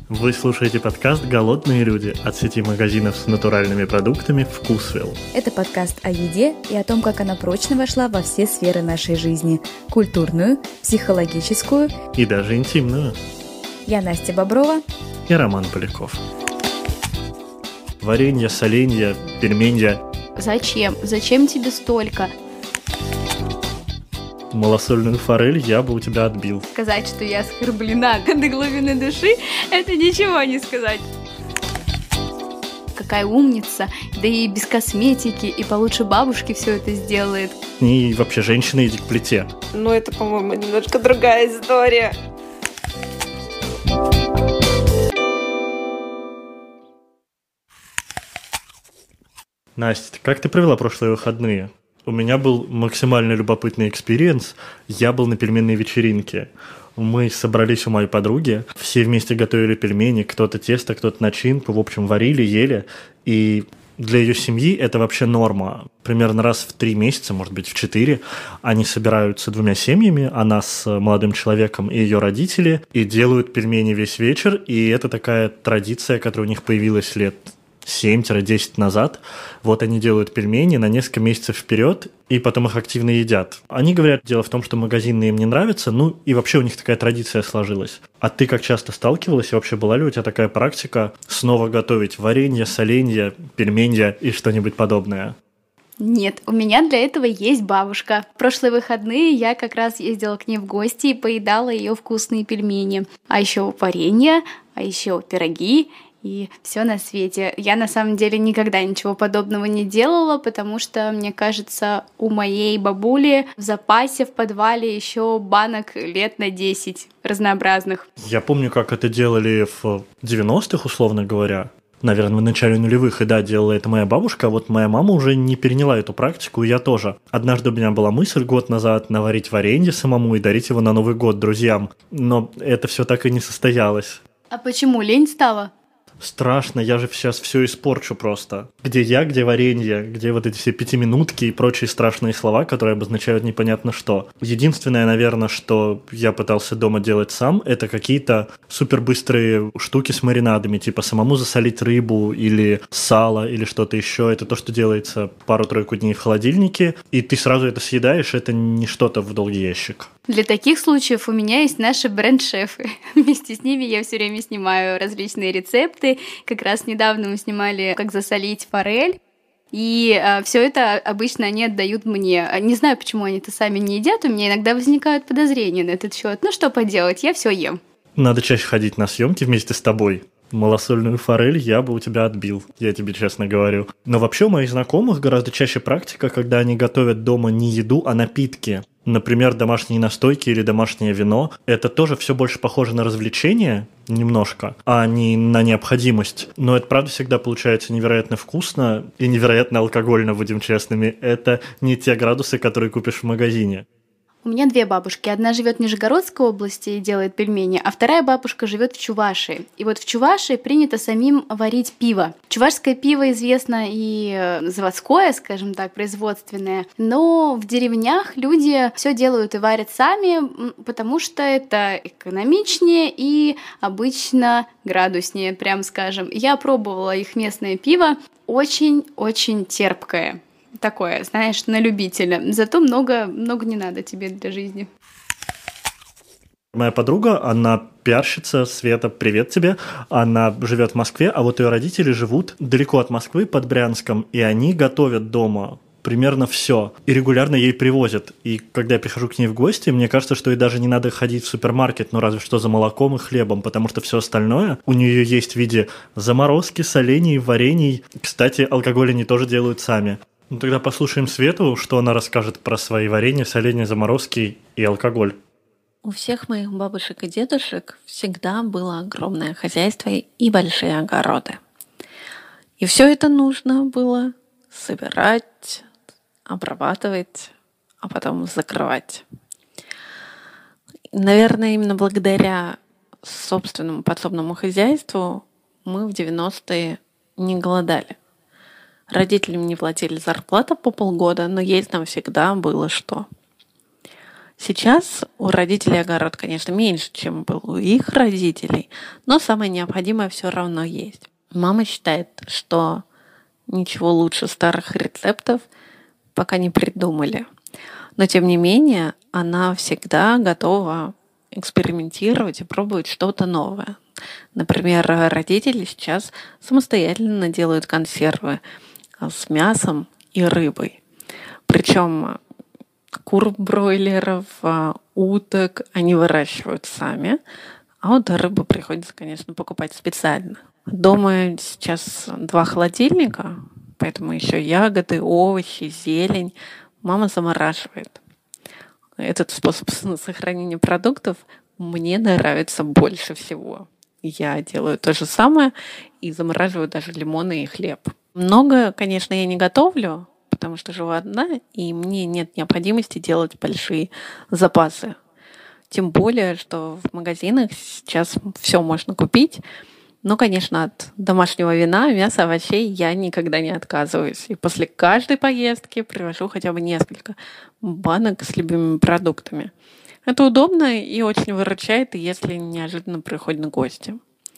Вы слушаете подкаст «Голодные люди» от сети магазинов с натуральными продуктами «Вкусвилл». Это подкаст о еде и о том, как она прочно вошла во все сферы нашей жизни – культурную, психологическую и даже интимную. Я Настя Боброва и Роман Поляков. Варенье, соленье, пельменья. Зачем? Зачем тебе столько? Малосольную форель я бы у тебя отбил. Сказать, что я оскорблена до глубины души, это ничего не сказать. Какая умница, да и без косметики, и получше бабушки все это сделает. И вообще, женщина, иди к плите. Ну, это, по-моему, немножко другая история. Настя, как ты провела прошлые выходные? У меня был максимально любопытный экспириенс. Я был на пельменной вечеринке. Мы собрались у моей подруги, все вместе готовили пельмени, кто-то тесто, кто-то начинку, в общем, варили, ели. И для ее семьи это вообще норма. Примерно раз в 3 месяца, может быть, в 4, они собираются 2 семьями, она с молодым человеком и ее родители, и делают пельмени весь вечер. И это такая традиция, которая у них появилась лет 7-10 назад. Вот они делают пельмени на несколько месяцев вперед, и потом их активно едят. Они говорят, дело в том, что магазинные им не нравятся, ну и вообще у них такая традиция сложилась. А ты как часто сталкивалась, и вообще была ли у тебя такая практика снова готовить варенье, соленье, пельменья и что-нибудь подобное? Нет, у меня для этого есть бабушка. В прошлые выходные я как раз ездила к ней в гости и поедала ее вкусные пельмени. А еще варенье, а еще пироги и все на свете. Я на самом деле никогда ничего подобного не делала, потому что, мне кажется, у моей бабули в запасе в подвале еще банок лет на 10 разнообразных. Я помню, как это делали в 90-х, условно говоря. Наверное, в начале нулевых, и да, делала это моя бабушка, а вот моя мама уже не переняла эту практику, и я тоже. Однажды у меня была мысль год назад наварить варенье самому и дарить его на Новый год друзьям, но это все так и не состоялось. А почему? Лень стала? Страшно, я же сейчас все испорчу просто. Где я, где варенье, где вот эти все 5-минутки и прочие страшные слова, которые обозначают непонятно что. Единственное, наверное, что я пытался дома делать сам, это какие-то супербыстрые штуки с маринадами, типа самому засолить рыбу или сало или что-то еще. Это то, что делается пару-тройку дней в холодильнике, и ты сразу это съедаешь, это не что-то в долгий ящик. Для таких случаев у меня есть наши бренд-шефы. Вместе с ними я все время снимаю различные рецепты. Как раз недавно мы снимали, как засолить форель. И все это обычно они отдают мне. Не знаю, почему они это сами не едят. У меня иногда возникают подозрения на этот счет. Ну что поделать, я все ем. Надо чаще ходить на съемки вместе с тобой. Малосольную форель я бы у тебя отбил, я тебе честно говорю. Но вообще у моих знакомых гораздо чаще практика, когда они готовят дома не еду, а напитки. Например, домашние настойки или домашнее вино. Это тоже все больше похоже на развлечение немножко, а не на необходимость. Но это правда всегда получается невероятно вкусно и невероятно алкогольно, будем честными. Это не те градусы, которые купишь в магазине. У меня 2 бабушки. Одна живет в Нижегородской области и делает пельмени, а вторая бабушка живет в Чувашии. И вот в Чувашии принято самим варить пиво. Чувашское пиво известно и заводское, скажем так, производственное, но в деревнях люди все делают и варят сами, потому что это экономичнее и обычно градуснее, прям скажем. Я пробовала их местное пиво, очень-очень терпкое. Такое, знаешь, на любителя. Зато много не надо тебе для жизни. Моя подруга, она пиарщица, Света, привет тебе. Она живет в Москве, а вот ее родители живут далеко от Москвы, под Брянском, и они готовят дома примерно все. И регулярно ей привозят. И когда я прихожу к ней в гости, мне кажется, что ей даже не надо ходить в супермаркет, ну разве что за молоком и хлебом, потому что все остальное у нее есть в виде заморозки, солений, варений. Кстати, алкоголь они тоже делают сами. Ну тогда послушаем Свету, что она расскажет про свои варенья, соленья, заморозки и алкоголь. У всех моих бабушек и дедушек всегда было огромное хозяйство и большие огороды. И все это нужно было собирать, обрабатывать, а потом закрывать. Наверное, именно благодаря собственному подсобному хозяйству мы в 90-е не голодали. Родителям не платили зарплату по полгода, но есть нам всегда было что. Сейчас у родителей огород, конечно, меньше, чем был у их родителей, но самое необходимое все равно есть. Мама считает, что ничего лучше старых рецептов пока не придумали. Но, тем не менее, она всегда готова экспериментировать и пробовать что-то новое. Например, родители сейчас самостоятельно делают консервы с мясом и рыбой. Причем кур-бройлеров, уток они выращивают сами, а вот рыбу приходится, конечно, покупать специально. Дома сейчас 2 холодильника, поэтому еще ягоды, овощи, зелень мама замораживает. Этот способ сохранения продуктов мне нравится больше всего. Я делаю то же самое и замораживаю даже лимоны и хлеб. Много, конечно, я не готовлю, потому что живу одна, и мне нет необходимости делать большие запасы. Тем более, что в магазинах сейчас все можно купить. Но, конечно, от домашнего вина, мяса, овощей я никогда не отказываюсь. И после каждой поездки привожу хотя бы несколько банок с любимыми продуктами. Это удобно и очень выручает, если неожиданно приходят гости.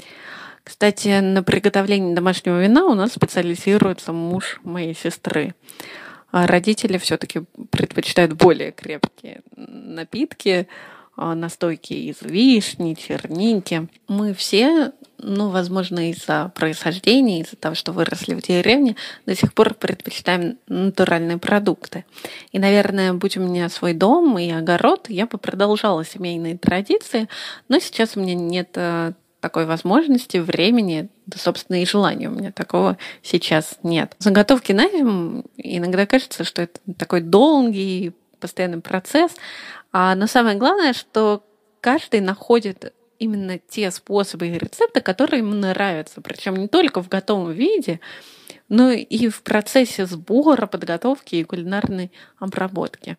Кстати, на приготовлении домашнего вина у нас специализируется муж моей сестры. А родители все-таки предпочитают более крепкие напитки, настойки из вишни, черники. Мы все, возможно, из-за происхождения, из-за того, что выросли в деревне, до сих пор предпочитаем натуральные продукты. И, наверное, будь у меня свой дом и огород, я бы продолжала семейные традиции, но сейчас у меня нет такой возможности, времени, да, собственно, и желания у меня такого сейчас нет. Заготовки на зиму иногда кажется, что это такой долгий, постоянный процесс, но самое главное, что каждый находит именно те способы и рецепты, которые ему нравятся. Причем не только в готовом виде, но и в процессе сбора, подготовки и кулинарной обработки.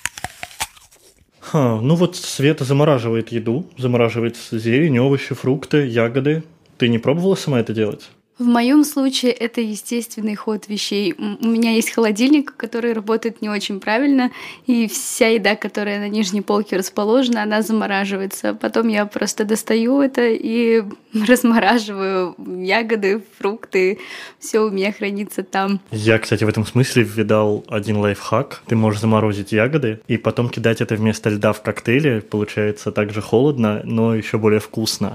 Света замораживает еду, замораживает зелень, овощи, фрукты, ягоды. Ты не пробовала сама это делать? В моем случае это естественный ход вещей. У меня есть холодильник, который работает не очень правильно, и вся еда, которая на нижней полке расположена, она замораживается. Потом я просто достаю это и размораживаю ягоды, фрукты. Все у меня хранится там. Я, кстати, в этом смысле видал один лайфхак. Ты можешь заморозить ягоды и потом кидать это вместо льда в коктейли. Получается так же холодно, но еще более вкусно.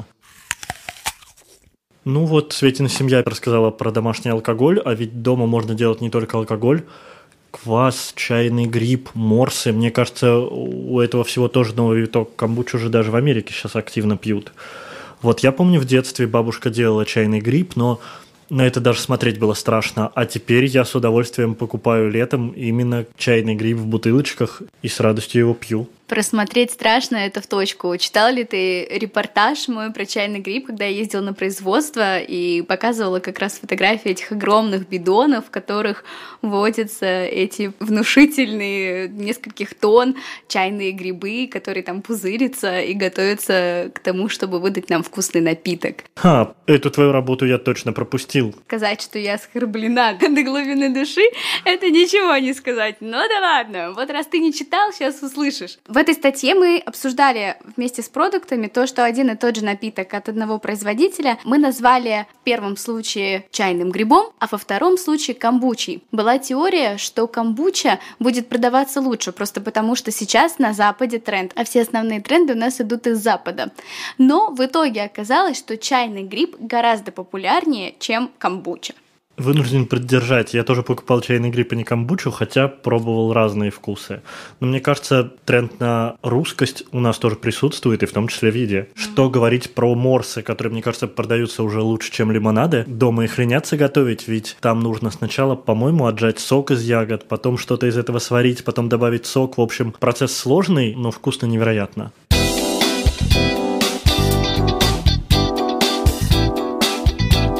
Светина семья рассказала про домашний алкоголь, а ведь дома можно делать не только алкоголь, квас, чайный гриб, морсы. Мне кажется, у этого всего тоже новый виток. Камбучу уже даже в Америке сейчас активно пьют. Я помню, в детстве бабушка делала чайный гриб, но на это даже смотреть было страшно. А теперь я с удовольствием покупаю летом именно чайный гриб в бутылочках и с радостью его пью. Просмотреть страшно, это в точку. Читал ли ты репортаж мой про чайный гриб, когда я ездила на производство и показывала как раз фотографии этих огромных бидонов, в которых водятся эти внушительные нескольких тонн чайные грибы, которые там пузырятся и готовятся к тому, чтобы выдать нам вкусный напиток. Эту твою работу я точно пропустил. Сказать, что я оскорблена до глубины души, это ничего не сказать. Да ладно, раз ты не читал, сейчас услышишь. В этой статье мы обсуждали вместе с продуктами то, что один и тот же напиток от одного производителя мы назвали в первом случае чайным грибом, а во втором случае камбучей. Была теория, что камбуча будет продаваться лучше, просто потому что сейчас на Западе тренд, а все основные тренды у нас идут из Запада. Но в итоге оказалось, что чайный гриб гораздо популярнее, чем камбуча. Вынужден поддержать. Я тоже покупал чайный гриб, а не камбучу, хотя пробовал разные вкусы. Но мне кажется, тренд на русскость у нас тоже присутствует, и в том числе в еде. Что говорить про морсы, которые, мне кажется, продаются уже лучше, чем лимонады. Дома их ленятся готовить, ведь там нужно сначала, по-моему, отжать сок из ягод, потом что-то из этого сварить, потом добавить сок. В общем, процесс сложный, но вкусно невероятно.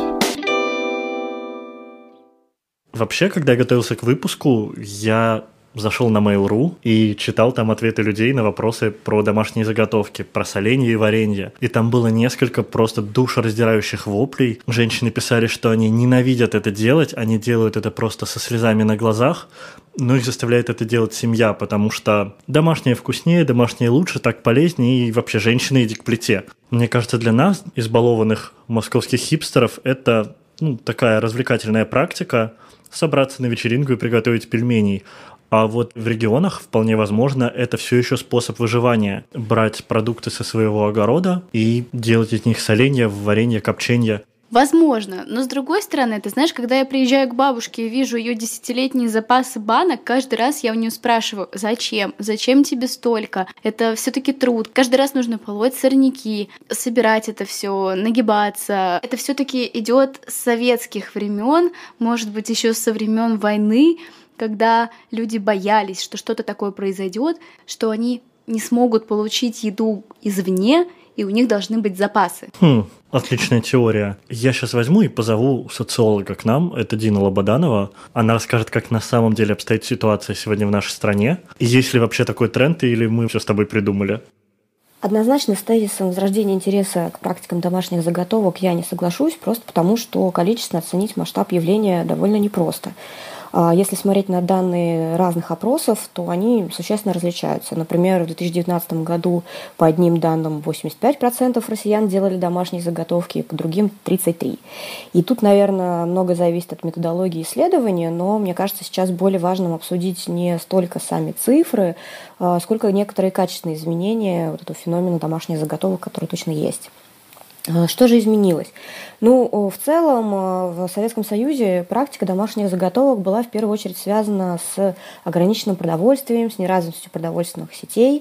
Вообще, когда я готовился к выпуску, я зашел на Mail.ru и читал там ответы людей на вопросы про домашние заготовки, про соленье и варенье. И там было несколько просто душераздирающих воплей. Женщины писали, что они ненавидят это делать, они делают это просто со слезами на глазах, но их заставляет это делать семья, потому что домашнее вкуснее, домашнее лучше, так полезнее, и вообще женщины иди к плите. Мне кажется, для нас, избалованных московских хипстеров, это такая развлекательная практика собраться на вечеринку и приготовить пельменей. А вот в регионах, вполне возможно, это все еще способ выживания. Брать продукты со своего огорода и делать из них соленья, варенье, копченье. Возможно, но с другой стороны, ты знаешь, когда я приезжаю к бабушке и вижу ее 10-летние запасы банок, каждый раз я у нее спрашиваю, зачем? Зачем тебе столько? Это все-таки труд. Каждый раз нужно полоть сорняки, собирать это все, нагибаться. Это все-таки идет с советских времен, может быть, еще со времен войны, когда люди боялись, что что-то такое произойдет, что они не смогут получить еду извне, и у них должны быть запасы. Отличная теория. Я сейчас возьму и позову социолога к нам, это Дина Лободанова. Она расскажет, как на самом деле обстоит ситуация сегодня в нашей стране. И есть ли вообще такой тренд, или мы все с тобой придумали? Однозначно с тезисом возрождения интереса к практикам домашних заготовок я не соглашусь, просто потому что количественно оценить масштаб явления довольно непросто. Если смотреть на данные разных опросов, то они существенно различаются. Например, в 2019 году по одним данным 85% россиян делали домашние заготовки, по другим 33%. И тут, наверное, много зависит от методологии исследования, но мне кажется, сейчас более важным обсудить не столько сами цифры, сколько некоторые качественные изменения вот этого феномена домашних заготовок, который точно есть. Что же изменилось? В целом, в Советском Союзе практика домашних заготовок была в первую очередь связана с ограниченным продовольствием, с неразвитостью продовольственных сетей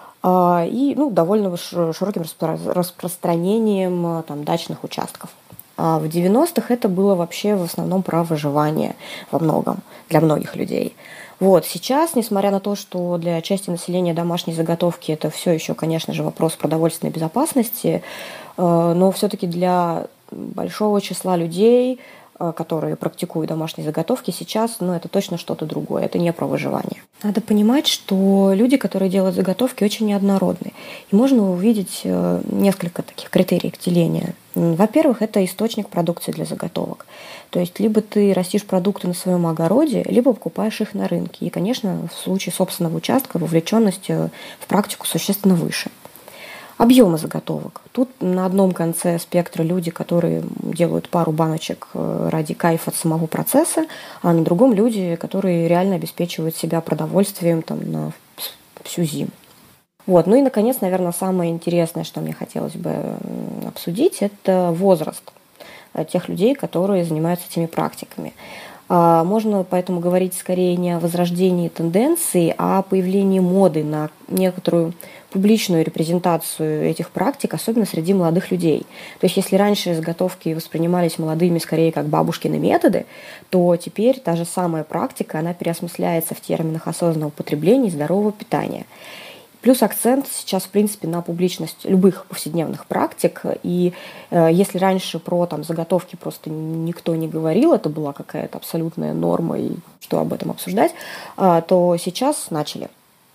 и довольно широким распространением дачных участков. А в 90-х это было вообще в основном про выживание во многом для многих людей. Сейчас, несмотря на то, что для части населения домашние заготовки это все еще, конечно же, вопрос продовольственной безопасности, но все-таки для большого числа людей, которые практикуют домашние заготовки, сейчас, это точно что-то другое, это не про выживание. Надо понимать, что люди, которые делают заготовки, очень неоднородны. И можно увидеть несколько таких критериев деления. Во-первых, это источник продукции для заготовок. То есть либо ты растишь продукты на своем огороде, либо покупаешь их на рынке. И, конечно, в случае собственного участка вовлеченность в практику существенно выше. Объемы заготовок. Тут на одном конце спектра люди, которые делают пару баночек ради кайфа от самого процесса, а на другом люди, которые реально обеспечивают себя продовольствием на всю зиму. И, наконец, наверное, самое интересное, что мне хотелось бы обсудить, это возраст тех людей, которые занимаются этими практиками. Можно поэтому говорить скорее не о возрождении тенденций, а о появлении моды на некоторую публичную репрезентацию этих практик, особенно среди молодых людей. То есть если раньше заготовки воспринимались молодыми скорее как бабушкины методы, то теперь та же самая практика, она переосмысляется в терминах осознанного потребления и здорового питания. Плюс акцент сейчас, в принципе, на публичность любых повседневных практик. И если раньше про заготовки просто никто не говорил, это была какая-то абсолютная норма, и что об этом обсуждать, то сейчас начали.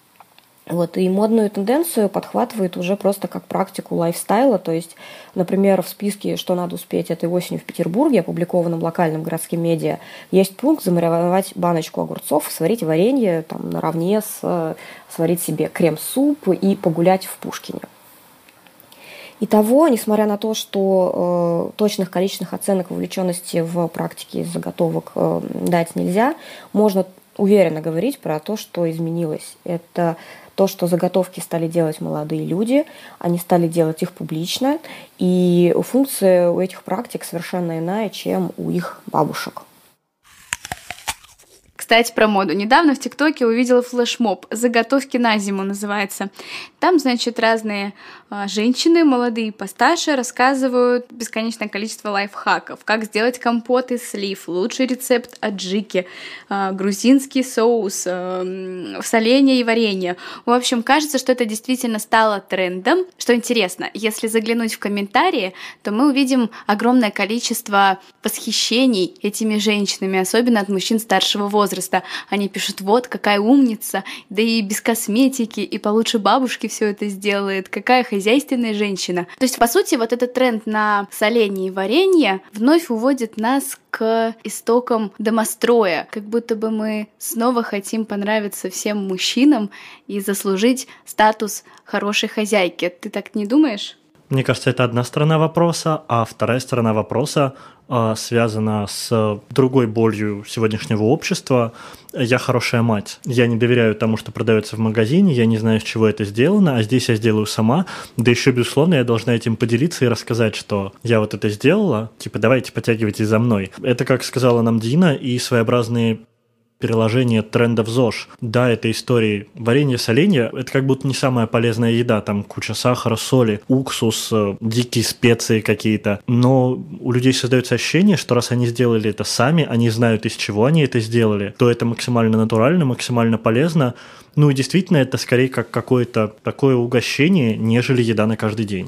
И модную тенденцию подхватывает уже просто как практику лайфстайла. То есть, например, в списке «Что надо успеть этой осенью в Петербурге», опубликованном локальным городским медиа, есть пункт замариновать баночку огурцов, сварить варенье наравне с сварить себе крем-суп и погулять в Пушкине. Итого, несмотря на то, что точных количественных оценок вовлеченности в практике заготовок дать нельзя, можно уверенно говорить про то, что изменилось. Это то, что заготовки стали делать молодые люди, они стали делать их публично, и функция у этих практик совершенно иная, чем у их бабушек. Кстати, про моду. Недавно в ТикТоке увидела флешмоб «Заготовки на зиму» называется. Там, разные женщины, молодые и постарше, рассказывают бесконечное количество лайфхаков. Как сделать компот из слив, лучший рецепт аджики, грузинский соус, соленья и варенье. В общем, кажется, что это действительно стало трендом. Что интересно, если заглянуть в комментарии, то мы увидим огромное количество восхищений этими женщинами, особенно от мужчин старшего возраста. возраста. Они пишут: вот, какая умница, да и без косметики, и получше бабушки все это сделает, какая хозяйственная женщина. То есть, по сути, вот этот тренд на соление и варенье вновь уводит нас к истокам домостроя, как будто бы мы снова хотим понравиться всем мужчинам и заслужить статус хорошей хозяйки. Ты так не думаешь? Мне кажется, это одна сторона вопроса, а вторая сторона вопроса связана с другой болью сегодняшнего общества. Я хорошая мать. Я не доверяю тому, что продается в магазине, я не знаю, с чего это сделано, а здесь я сделаю сама. Да еще, безусловно, я должна этим поделиться и рассказать, что я вот это сделала, типа, давайте подтягивайтесь за мной. Это, как сказала нам Дина, и своеобразные переложение трендов ЗОЖ. Да, это истории варенье, соленье, это как будто не самая полезная еда, там куча сахара, соли, уксус, дикие специи какие-то. Но у людей создается ощущение, что раз они сделали это сами, они знают, из чего они это сделали, то это максимально натурально, максимально полезно. Ну и действительно, это скорее как какое-то такое угощение, нежели еда на каждый день.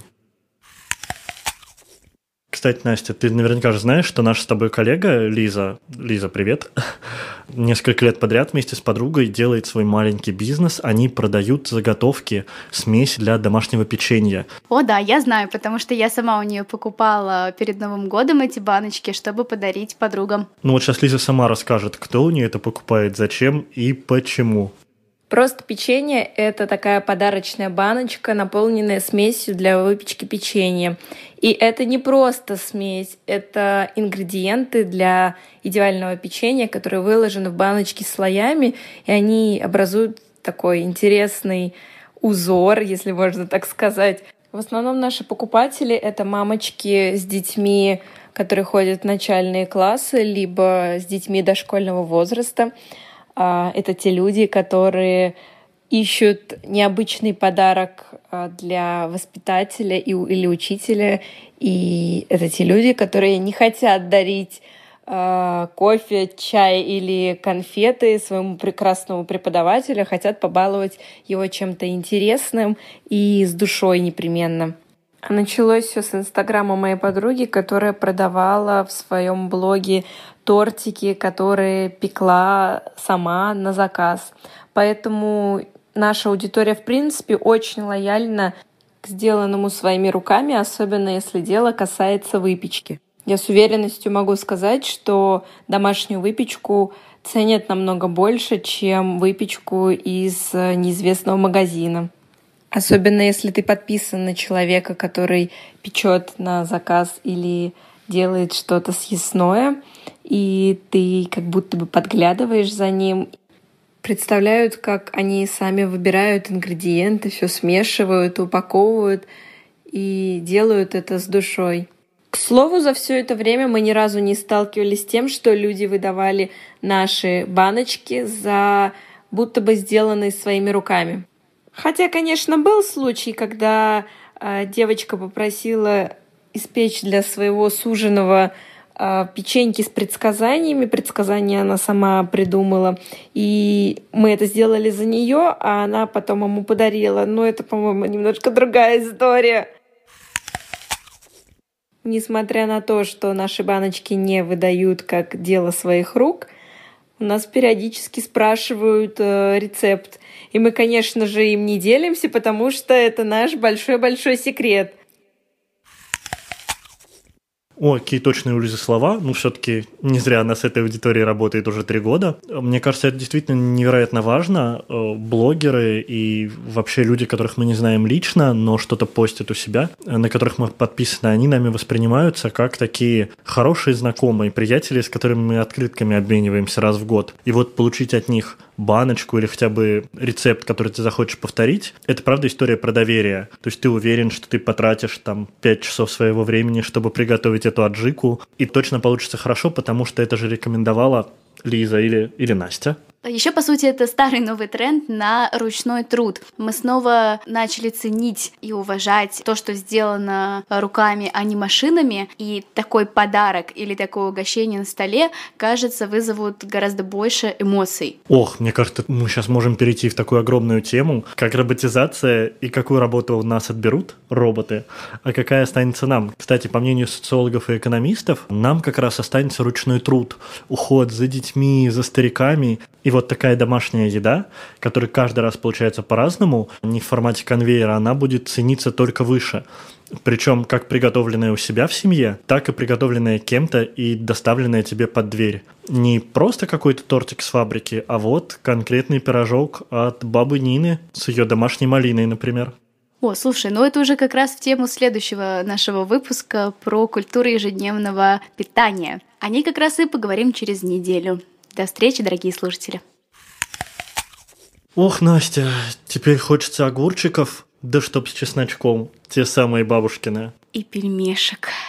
Кстати, Настя, ты наверняка же знаешь, что наша с тобой коллега Лиза, привет, несколько лет подряд вместе с подругой делает свой маленький бизнес. Они продают заготовки, смесь для домашнего печенья. О, да, я знаю, потому что я сама у нее покупала перед Новым годом эти баночки, чтобы подарить подругам. Ну вот сейчас Лиза сама расскажет, кто у нее это покупает, зачем и почему. Просто печенье – это такая подарочная баночка, наполненная смесью для выпечки печенья. И это не просто смесь, это ингредиенты для идеального печенья, которые выложены в баночке слоями, и они образуют такой интересный узор, если можно так сказать. В основном наши покупатели – это мамочки с детьми, которые ходят в начальные классы, либо с детьми дошкольного возраста. Это те люди, которые ищут необычный подарок для воспитателя или учителя. И это те люди, которые не хотят дарить кофе, чай или конфеты своему прекрасному преподавателю, хотят побаловать его чем-то интересным и с душой непременно. А началось все с Инстаграма моей подруги, которая продавала в своем блоге тортики, которые пекла сама на заказ. Поэтому наша аудитория, в принципе, очень лояльна к сделанному своими руками, особенно если дело касается выпечки. Я с уверенностью могу сказать, что домашнюю выпечку ценят намного больше, чем выпечку из неизвестного магазина. Особенно если ты подписан на человека, который печет на заказ или делает что-то съестное, и ты как будто бы подглядываешь за ним. Представляют, как они сами выбирают ингредиенты, все смешивают, упаковывают и делают это с душой. К слову, за все это время мы ни разу не сталкивались с тем, что люди выдавали наши баночки за будто бы сделанные своими руками. Хотя, конечно, был случай, когда девочка попросила испечь для своего суженого печеньки с предсказаниями. Предсказания она сама придумала. И мы это сделали за нее, а она потом ему подарила. Но это, по-моему, немножко другая история. Несмотря на то, что наши баночки не выдают как дело своих рук, у нас периодически спрашивают рецепт. И мы, конечно же, им не делимся, потому что это наш большой-большой секрет. О, какие точные у Лизы слова. Ну, все-таки не зря она с этой аудиторией работает уже 3 года. Мне кажется, это действительно невероятно важно. Блогеры и вообще люди, которых мы не знаем лично, но что-то постят у себя, на которых мы подписаны, они нами воспринимаются как такие хорошие знакомые, приятели, с которыми мы открытками обмениваемся раз в год. И вот получить от них баночку или хотя бы рецепт, который ты захочешь повторить, это правда история про доверие. То есть ты уверен, что ты потратишь там 5 часов своего времени, чтобы приготовить эту аджику, и точно получится хорошо, потому что это же рекомендовала Лиза или Настя. Еще, по сути, это старый новый тренд на ручной труд. Мы снова начали ценить и уважать то, что сделано руками, а не машинами, и такой подарок или такое угощение на столе, кажется, вызовут гораздо больше эмоций. Ох, мне кажется, мы сейчас можем перейти в такую огромную тему, как роботизация и какую работу у нас отберут роботы, а какая останется нам. Кстати, по мнению социологов и экономистов, нам как раз останется ручной труд, уход за детьми, за стариками. И вот такая домашняя еда, которая каждый раз получается по-разному, не в формате конвейера, она будет цениться только выше. Причем как приготовленная у себя в семье, так и приготовленная кем-то и доставленная тебе под дверь. Не просто какой-то тортик с фабрики, а вот конкретный пирожок от бабы Нины с ее домашней малиной, например. О, слушай, ну это уже как раз в тему следующего нашего выпуска про культуру ежедневного питания. О ней как раз и поговорим через неделю. До встречи, дорогие слушатели. Ох, Настя, теперь хочется огурчиков, да чтоб с чесночком, те самые бабушкины. И пельмешек.